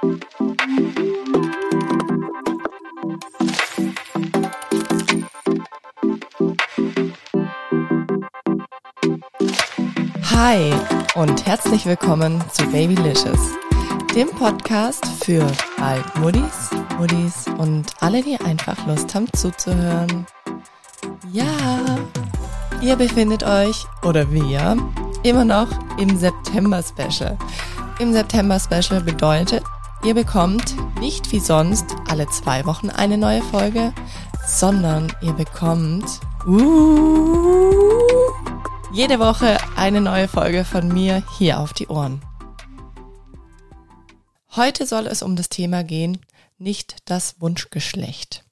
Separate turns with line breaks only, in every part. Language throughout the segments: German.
Hi und herzlich willkommen zu Babylicious, dem Podcast für bald Muddis und alle, die einfach Lust haben zuzuhören. Ja, ihr befindet euch, oder wir, immer noch im September-Special. Im September-Special bedeutet, ihr bekommt nicht wie sonst alle 2 Wochen eine neue Folge, sondern ihr bekommt jede Woche eine neue Folge von mir hier auf die Ohren. Heute soll es um das Thema gehen, nicht das Wunschgeschlecht.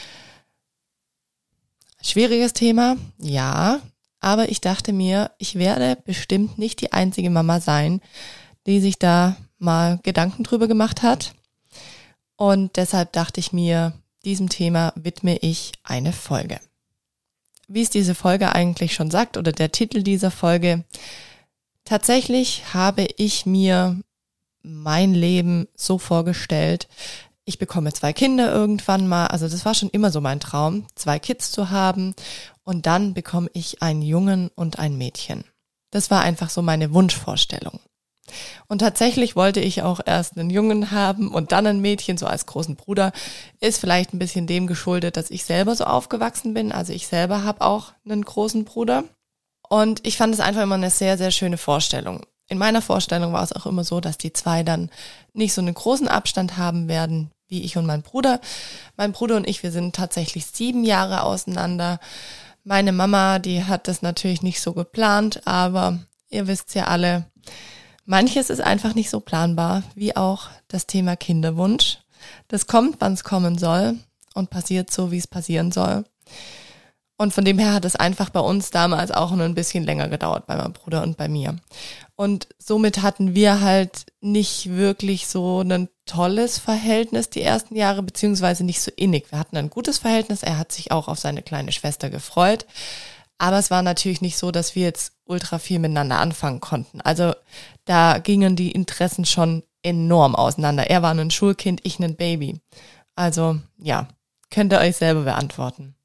Schwieriges Thema, ja, aber ich dachte mir, ich werde bestimmt nicht die einzige Mama sein, die sich da mal Gedanken drüber gemacht hat. Und deshalb dachte ich mir, diesem Thema widme ich eine Folge. Wie es diese Folge eigentlich schon sagt oder der Titel dieser Folge, tatsächlich habe ich mir mein Leben so vorgestellt, ich bekomme 2 Kinder irgendwann mal, also das war schon immer so mein Traum, 2 Kids zu haben und dann bekomme ich einen Jungen und ein Mädchen. Das war einfach so meine Wunschvorstellung. Und tatsächlich wollte ich auch erst einen Jungen haben und dann ein Mädchen, so als großen Bruder. Ist vielleicht ein bisschen dem geschuldet, dass ich selber so aufgewachsen bin. Also ich selber habe auch einen großen Bruder. Und ich fand es einfach immer eine sehr, sehr schöne Vorstellung. In meiner Vorstellung war es auch immer so, dass die 2 dann nicht so einen großen Abstand haben werden, wie ich und mein Bruder. Mein Bruder und ich, wir sind tatsächlich 7 Jahre auseinander. Meine Mama, die hat das natürlich nicht so geplant, aber ihr wisst ja alle, manches ist einfach nicht so planbar, wie auch das Thema Kinderwunsch. Das kommt, wann es kommen soll und passiert so, wie es passieren soll. Und von dem her hat es einfach bei uns damals auch nur ein bisschen länger gedauert, bei meinem Bruder und bei mir. Und somit hatten wir halt nicht wirklich so ein tolles Verhältnis die ersten Jahre, beziehungsweise nicht so innig. Wir hatten ein gutes Verhältnis, er hat sich auch auf seine kleine Schwester gefreut. Aber es war natürlich nicht so, dass wir jetzt ultra viel miteinander anfangen konnten. Also da gingen die Interessen schon enorm auseinander. Er war ein Schulkind, ich ein Baby. Also ja, könnt ihr euch selber beantworten.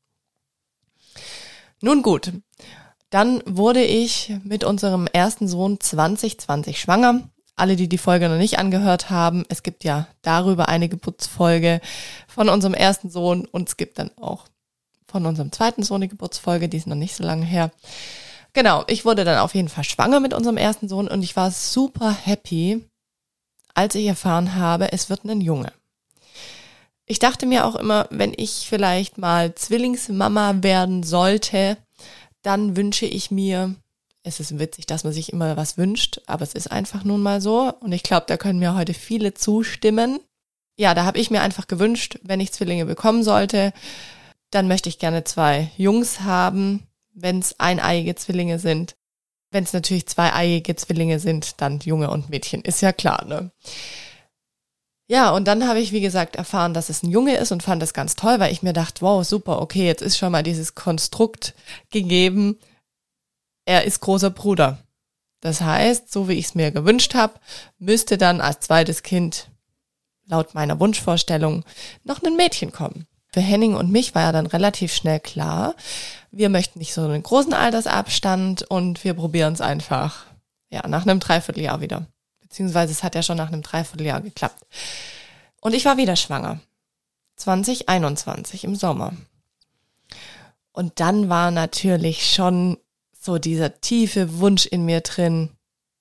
Nun gut, dann wurde ich mit unserem ersten Sohn 2020 schwanger. Alle, die die Folge noch nicht angehört haben, es gibt ja darüber eine Geburtsfolge von unserem ersten Sohn und es gibt dann auch von unserem zweiten Sohn eine Geburtsfolge, die ist noch nicht so lange her. Genau, ich wurde dann auf jeden Fall schwanger mit unserem ersten Sohn und ich war super happy, als ich erfahren habe, es wird ein Junge. Ich dachte mir auch immer, wenn ich vielleicht mal Zwillingsmama werden sollte, dann wünsche ich mir, es ist witzig, dass man sich immer was wünscht, aber es ist einfach nun mal so und ich glaube, da können mir heute viele zustimmen. Ja, da habe ich mir einfach gewünscht, wenn ich Zwillinge bekommen sollte, dann möchte ich gerne 2 Jungs haben, wenn es eineiige Zwillinge sind. Wenn es natürlich 2-eiige Zwillinge sind, dann Junge und Mädchen, ist ja klar, ne? Ja, und dann habe ich, wie gesagt, erfahren, dass es ein Junge ist und fand das ganz toll, weil ich mir dachte, wow, super, okay, jetzt ist schon mal dieses Konstrukt gegeben, er ist großer Bruder. Das heißt, so wie ich es mir gewünscht habe, müsste dann als zweites Kind, laut meiner Wunschvorstellung, noch ein Mädchen kommen. Für Henning und mich war ja dann relativ schnell klar, wir möchten nicht so einen großen Altersabstand und wir probieren es einfach, ja, nach einem Dreivierteljahr wieder. Beziehungsweise es hat ja schon nach einem Dreivierteljahr geklappt. Und ich war wieder schwanger. 2021 im Sommer. Und dann war natürlich schon so dieser tiefe Wunsch in mir drin,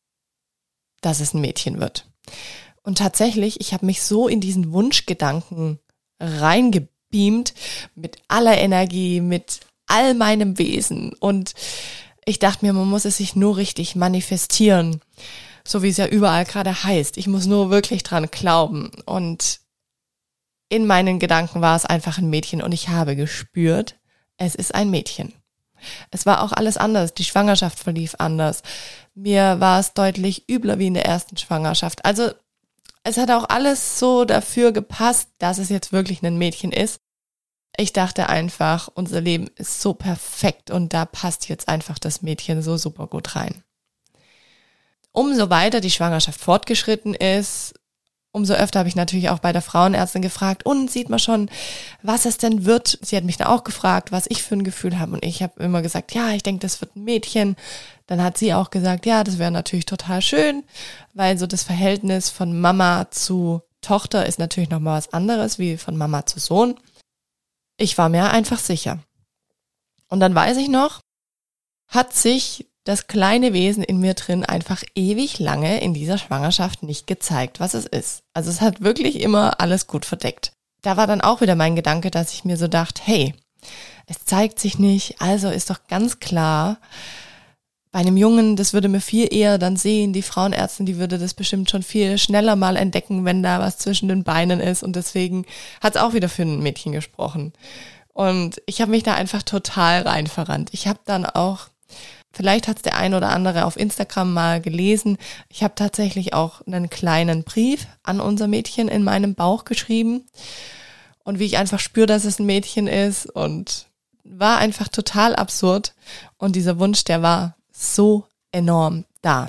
dass es ein Mädchen wird. Und tatsächlich, ich habe mich so in diesen Wunschgedanken reingebeamt, mit aller Energie, mit all meinem Wesen. Und ich dachte mir, man muss es sich nur richtig manifestieren, so wie es ja überall gerade heißt. Ich muss nur wirklich dran glauben. Und in meinen Gedanken war es einfach ein Mädchen und ich habe gespürt, es ist ein Mädchen. Es war auch alles anders. Die Schwangerschaft verlief anders. Mir war es deutlich übler wie in der ersten Schwangerschaft. Also es hat auch alles so dafür gepasst, dass es jetzt wirklich ein Mädchen ist. Ich dachte einfach, unser Leben ist so perfekt und da passt jetzt einfach das Mädchen so super gut rein. Umso weiter die Schwangerschaft fortgeschritten ist, umso öfter habe ich natürlich auch bei der Frauenärztin gefragt, und sieht man schon, was es denn wird? Sie hat mich dann auch gefragt, was ich für ein Gefühl habe, und ich habe immer gesagt, ja, ich denke, das wird ein Mädchen. Dann hat sie auch gesagt, ja, das wäre natürlich total schön, weil so das Verhältnis von Mama zu Tochter ist natürlich nochmal was anderes wie von Mama zu Sohn. Ich war mir einfach sicher. Und dann weiß ich noch, hat sich das kleine Wesen in mir drin einfach ewig lange in dieser Schwangerschaft nicht gezeigt, was es ist. Also es hat wirklich immer alles gut verdeckt. Da war dann auch wieder mein Gedanke, dass ich mir so dachte, hey, es zeigt sich nicht, also ist doch ganz klar, bei einem Jungen, das würde mir viel eher dann sehen, die Frauenärztin, die würde das bestimmt schon viel schneller mal entdecken, wenn da was zwischen den Beinen ist, und deswegen hat es auch wieder für ein Mädchen gesprochen. Und ich habe mich da einfach total rein verrannt. Ich habe dann auch, vielleicht hat es der ein oder andere auf Instagram mal gelesen, ich habe tatsächlich auch einen kleinen Brief an unser Mädchen in meinem Bauch geschrieben und wie ich einfach spüre, dass es ein Mädchen ist, und war einfach total absurd, und dieser Wunsch, der war so enorm da.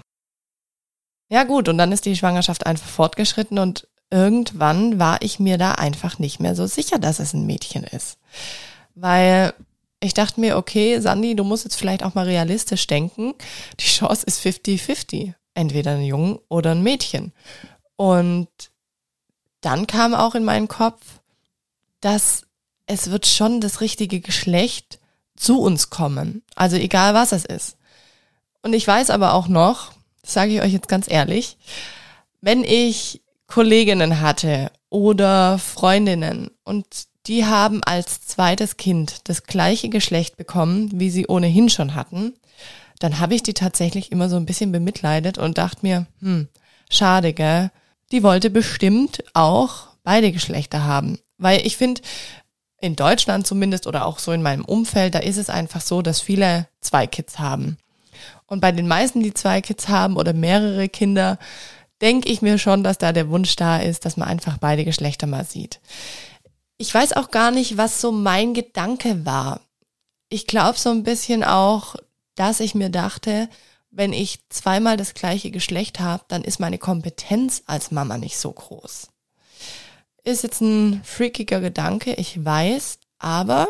Ja gut, und dann ist die Schwangerschaft einfach fortgeschritten, und irgendwann war ich mir da einfach nicht mehr so sicher, dass es ein Mädchen ist. Weil ich dachte mir, okay, Sandy, du musst jetzt vielleicht auch mal realistisch denken. Die Chance ist 50-50. Entweder ein Jungen oder ein Mädchen. Und dann kam auch in meinen Kopf, dass es wird schon das richtige Geschlecht zu uns kommen. Also egal, was es ist. Und ich weiß aber auch noch, das sage ich euch jetzt ganz ehrlich, wenn ich Kolleginnen hatte oder Freundinnen und die haben als zweites Kind das gleiche Geschlecht bekommen, wie sie ohnehin schon hatten, dann habe ich die tatsächlich immer so ein bisschen bemitleidet und dachte mir, schade, gell? Die wollte bestimmt auch beide Geschlechter haben. Weil ich finde, in Deutschland zumindest oder auch so in meinem Umfeld, da ist es einfach so, dass viele 2 Kids haben. Und bei den meisten, die 2 Kids haben oder mehrere Kinder, denke ich mir schon, dass da der Wunsch da ist, dass man einfach beide Geschlechter mal sieht. Ich weiß auch gar nicht, was so mein Gedanke war. Ich glaube so ein bisschen auch, dass ich mir dachte, wenn ich zweimal das gleiche Geschlecht habe, dann ist meine Kompetenz als Mama nicht so groß. Ist jetzt ein freakiger Gedanke, ich weiß, aber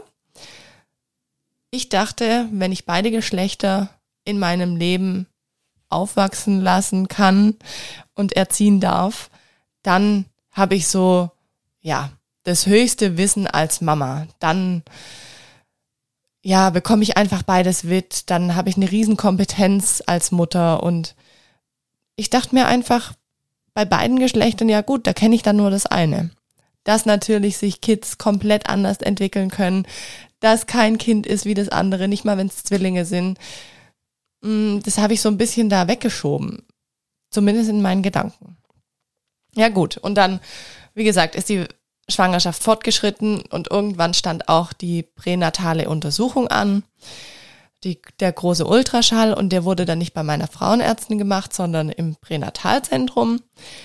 ich dachte, wenn ich beide Geschlechter in meinem Leben aufwachsen lassen kann und erziehen darf, dann habe ich so, das höchste Wissen als Mama. Dann, bekomme ich einfach beides mit. Dann habe ich eine Riesenkompetenz als Mutter, und ich dachte mir einfach, bei beiden Geschlechtern, ja gut, da kenne ich dann nur das eine. Dass natürlich sich Kids komplett anders entwickeln können, dass kein Kind ist wie das andere, nicht mal wenn es Zwillinge sind. Das habe ich so ein bisschen da weggeschoben. Zumindest in meinen Gedanken. Ja gut, und dann, wie gesagt, ist die Schwangerschaft fortgeschritten und irgendwann stand auch die pränatale Untersuchung an, der große Ultraschall, und der wurde dann nicht bei meiner Frauenärztin gemacht, sondern im Pränatalzentrum.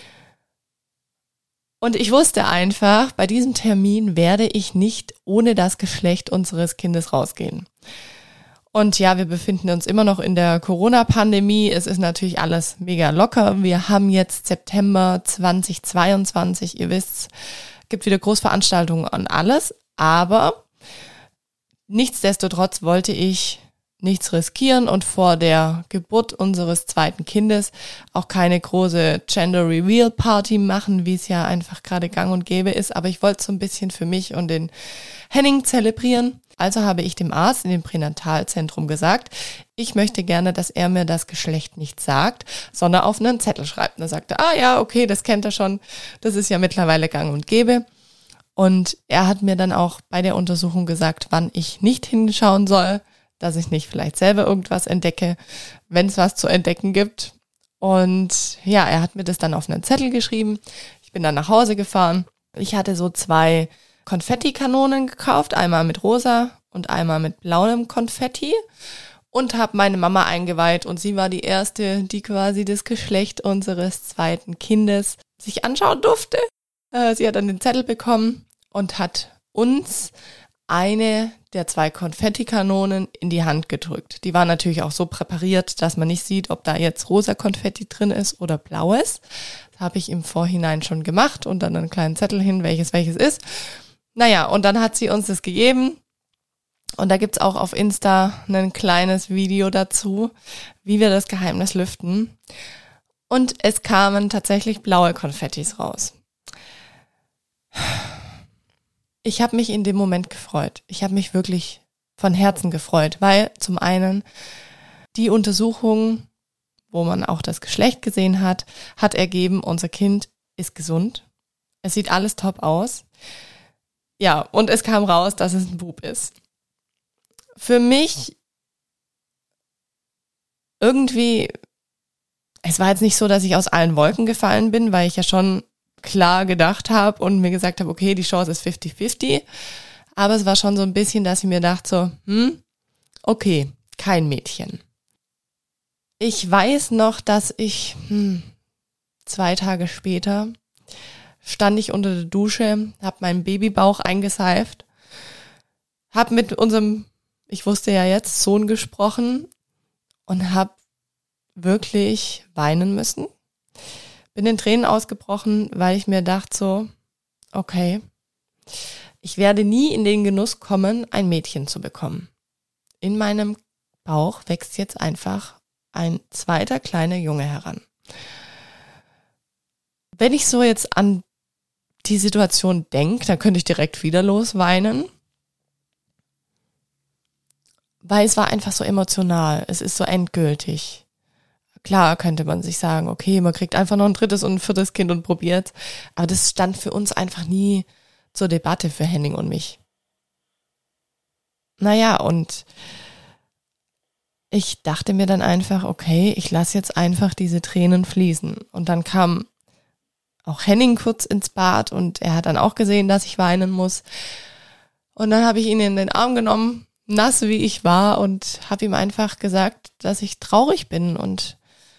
Und ich wusste einfach, bei diesem Termin werde ich nicht ohne das Geschlecht unseres Kindes rausgehen. Und ja, wir befinden uns immer noch in der Corona-Pandemie. Es ist natürlich alles mega locker. Wir haben jetzt September 2022, ihr wisst, gibt wieder Großveranstaltungen und alles. Aber nichtsdestotrotz wollte ich nichts riskieren und vor der Geburt unseres zweiten Kindes auch keine große Gender Reveal Party machen, wie es ja einfach gerade gang und gäbe ist. Aber ich wollte so ein bisschen für mich und den Henning zelebrieren. Also habe ich dem Arzt in dem Pränatalzentrum gesagt, ich möchte gerne, dass er mir das Geschlecht nicht sagt, sondern auf einen Zettel schreibt. Und er sagte, okay, das kennt er schon, das ist ja mittlerweile gang und gäbe. Und er hat mir dann auch bei der Untersuchung gesagt, wann ich nicht hinschauen soll, dass ich nicht vielleicht selber irgendwas entdecke, wenn es was zu entdecken gibt. Und ja, er hat mir das dann auf einen Zettel geschrieben. Ich bin dann nach Hause gefahren. Ich hatte so 2 Konfettikanonen gekauft, einmal mit rosa und einmal mit blauem Konfetti, und habe meine Mama eingeweiht, und sie war die erste, die quasi das Geschlecht unseres zweiten Kindes sich anschauen durfte. Sie hat dann den Zettel bekommen und hat uns eine der 2 Konfettikanonen in die Hand gedrückt. Die waren natürlich auch so präpariert, dass man nicht sieht, ob da jetzt rosa Konfetti drin ist oder blaues. Das habe ich im Vorhinein schon gemacht und dann einen kleinen Zettel hin, welches ist. Naja, und dann hat sie uns das gegeben. Und da gibt's auch auf Insta ein kleines Video dazu, wie wir das Geheimnis lüften. Und es kamen tatsächlich blaue Konfettis raus. Ich habe mich in dem Moment gefreut. Ich habe mich wirklich von Herzen gefreut, weil zum einen die Untersuchung, wo man auch das Geschlecht gesehen hat, hat ergeben, unser Kind ist gesund. Es sieht alles top aus. Ja, und es kam raus, dass es ein Bub ist. Für mich irgendwie, es war jetzt nicht so, dass ich aus allen Wolken gefallen bin, weil ich ja schon klar gedacht habe und mir gesagt habe, okay, die Chance ist 50-50. Aber es war schon so ein bisschen, dass ich mir dachte so, okay, kein Mädchen. Ich weiß noch, dass ich 2 Tage später stand ich unter der Dusche, habe meinen Babybauch eingeseift, habe mit unserem, ich wusste ja jetzt, Sohn gesprochen und habe wirklich weinen müssen. Bin in Tränen ausgebrochen, weil ich mir dachte so, okay, ich werde nie in den Genuss kommen, ein Mädchen zu bekommen. In meinem Bauch wächst jetzt einfach ein 2. kleiner Junge heran. Wenn ich so jetzt an die Situation denke, dann könnte ich direkt wieder losweinen. Weil es war einfach so emotional. Es ist so endgültig. Klar könnte man sich sagen, okay, man kriegt einfach noch ein 3. und ein 4. Kind und probiert. Aber das stand für uns einfach nie zur Debatte für Henning und mich. Naja, und ich dachte mir dann einfach, okay, ich lasse jetzt einfach diese Tränen fließen. Und dann kam auch Henning kurz ins Bad und er hat dann auch gesehen, dass ich weinen muss. Und dann habe ich ihn in den Arm genommen, nass wie ich war, und habe ihm einfach gesagt, dass ich traurig bin und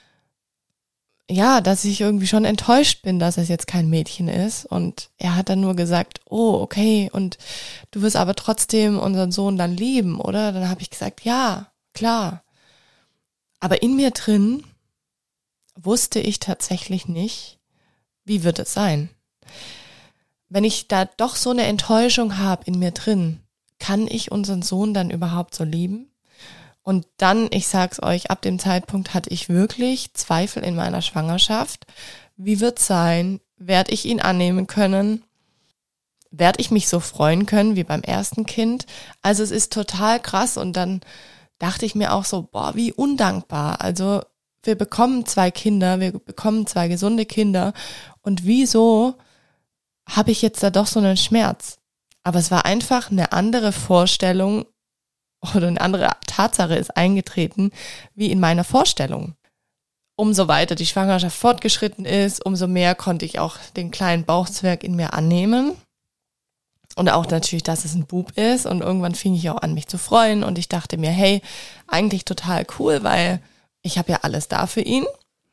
ja, dass ich irgendwie schon enttäuscht bin, dass es jetzt kein Mädchen ist. Und er hat dann nur gesagt, oh, okay, und du wirst aber trotzdem unseren Sohn dann lieben, oder? Dann habe ich gesagt, ja, klar. Aber in mir drin wusste ich tatsächlich nicht, wie wird es sein. Wenn ich da doch so eine Enttäuschung habe in mir drin, kann ich unseren Sohn dann überhaupt so lieben? Und dann, ich sag's euch, ab dem Zeitpunkt hatte ich wirklich Zweifel in meiner Schwangerschaft. Wie wird's sein? Werde ich ihn annehmen können? Werde ich mich so freuen können wie beim ersten Kind? Also es ist total krass. Und dann dachte ich mir auch so, boah, wie undankbar. Also wir bekommen 2 Kinder, wir bekommen 2 gesunde Kinder. Und wieso habe ich jetzt da doch so einen Schmerz? Aber es war einfach eine andere Vorstellung oder eine andere Tatsache ist eingetreten, wie in meiner Vorstellung. Umso weiter die Schwangerschaft fortgeschritten ist, umso mehr konnte ich auch den kleinen Bauchzwerg in mir annehmen. Und auch natürlich, dass es ein Bub ist. Und irgendwann fing ich auch an, mich zu freuen. Und ich dachte mir, hey, eigentlich total cool, weil ich habe ja alles da für ihn.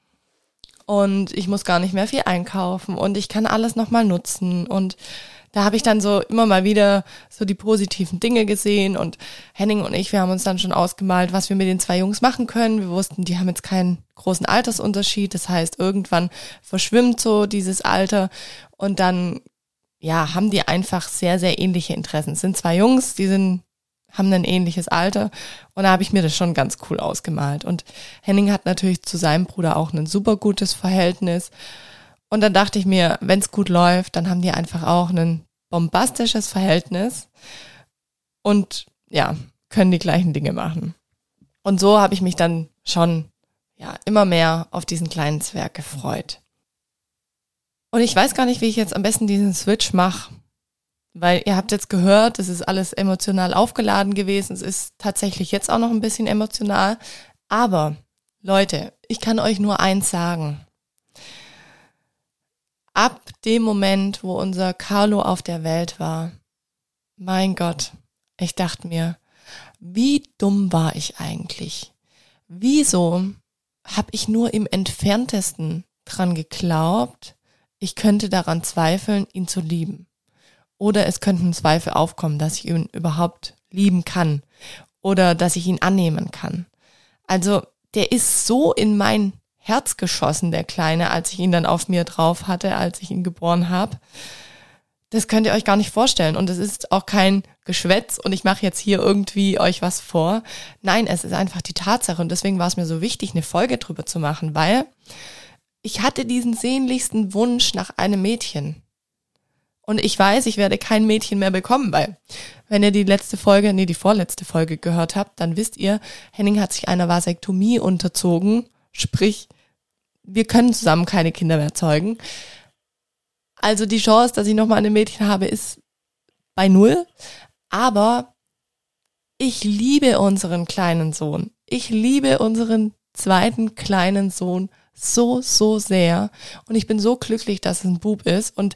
Und ich muss gar nicht mehr viel einkaufen. Und ich kann alles nochmal nutzen. Und da habe ich dann so immer mal wieder so die positiven Dinge gesehen. Und Henning und ich, wir haben uns dann schon ausgemalt, was wir mit den 2 Jungs machen können. Wir wussten, die haben jetzt keinen großen Altersunterschied. Das heißt, irgendwann verschwimmt so dieses Alter. Und dann ja, haben die einfach sehr, sehr ähnliche Interessen. Es sind 2 Jungs, die haben ein ähnliches Alter. Und da habe ich mir das schon ganz cool ausgemalt. Und Henning hat natürlich zu seinem Bruder auch ein super gutes Verhältnis. Und dann dachte ich mir, wenn es gut läuft, dann haben die einfach auch ein bombastisches Verhältnis und ja, können die gleichen Dinge machen. Und so habe ich mich dann schon ja immer mehr auf diesen kleinen Zwerg gefreut. Und ich weiß gar nicht, wie ich jetzt am besten diesen Switch mache, weil ihr habt jetzt gehört, es ist alles emotional aufgeladen gewesen. Es ist tatsächlich jetzt auch noch ein bisschen emotional. Aber Leute, ich kann euch nur eins sagen. Ab dem Moment, wo unser Carlo auf der Welt war, mein Gott, ich dachte mir, wie dumm war ich eigentlich? Wieso habe ich nur im Entferntesten dran geglaubt, ich könnte daran zweifeln, ihn zu lieben? Oder es könnten Zweifel aufkommen, dass ich ihn überhaupt lieben kann oder dass ich ihn annehmen kann. Also der ist so in mein Herz geschossen, der Kleine, als ich ihn dann auf mir drauf hatte, als ich ihn geboren habe. Das könnt ihr euch gar nicht vorstellen. Und es ist auch kein Geschwätz und ich mache jetzt hier irgendwie euch was vor. Nein, es ist einfach die Tatsache. Und deswegen war es mir so wichtig, eine Folge drüber zu machen, weil ich hatte diesen sehnlichsten Wunsch nach einem Mädchen. Und ich weiß, ich werde kein Mädchen mehr bekommen, weil wenn ihr die vorletzte Folge gehört habt, dann wisst ihr, Henning hat sich einer Vasektomie unterzogen. Sprich, wir können zusammen keine Kinder mehr zeugen. Also die Chance, dass ich nochmal ein Mädchen habe, ist bei 0. Aber ich liebe unseren kleinen Sohn. Ich liebe unseren zweiten kleinen Sohn so, so sehr. Und ich bin so glücklich, dass es ein Bub ist. Und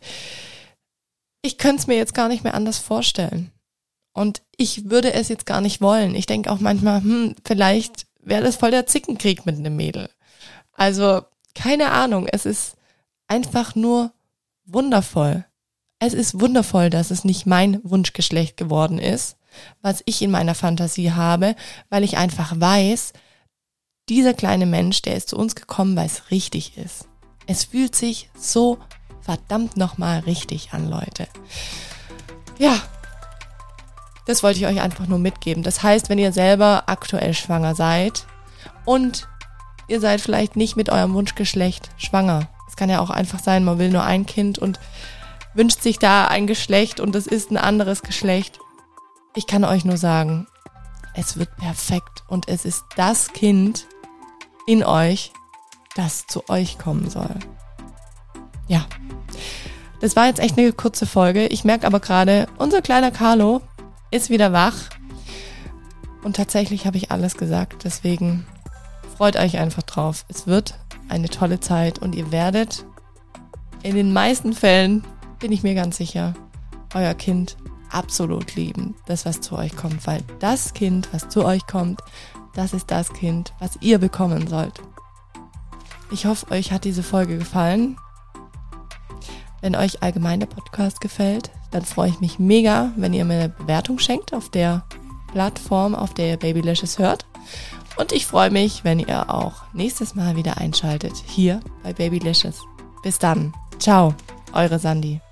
ich könnte es mir jetzt gar nicht mehr anders vorstellen. Und ich würde es jetzt gar nicht wollen. Ich denke auch manchmal, vielleicht wäre das voll der Zickenkrieg mit einem Mädel. Also, keine Ahnung, es ist einfach nur wundervoll. Es ist wundervoll, dass es nicht mein Wunschgeschlecht geworden ist, was ich in meiner Fantasie habe, weil ich einfach weiß, dieser kleine Mensch, der ist zu uns gekommen, weil es richtig ist. Es fühlt sich so verdammt nochmal richtig an, Leute. Ja, das wollte ich euch einfach nur mitgeben. Das heißt, wenn ihr selber aktuell schwanger seid und ihr seid vielleicht nicht mit eurem Wunschgeschlecht schwanger. Es kann ja auch einfach sein, man will nur ein Kind und wünscht sich da ein Geschlecht und es ist ein anderes Geschlecht. Ich kann euch nur sagen, es wird perfekt und es ist das Kind in euch, das zu euch kommen soll. Ja, das war jetzt echt eine kurze Folge. Ich merke aber gerade, unser kleiner Carlo ist wieder wach und tatsächlich habe ich alles gesagt, deswegen freut euch einfach drauf. Es wird eine tolle Zeit und ihr werdet in den meisten Fällen, bin ich mir ganz sicher, euer Kind absolut lieben. Das, was zu euch kommt, weil das Kind, was zu euch kommt, das ist das Kind, was ihr bekommen sollt. Ich hoffe, euch hat diese Folge gefallen. Wenn euch allgemein der Podcast gefällt, dann freue ich mich mega, wenn ihr mir eine Bewertung schenkt auf der Plattform, auf der ihr Babylicious hört. Und ich freue mich, wenn ihr auch nächstes Mal wieder einschaltet, hier bei Babylicious. Bis dann. Ciao, eure Sandi.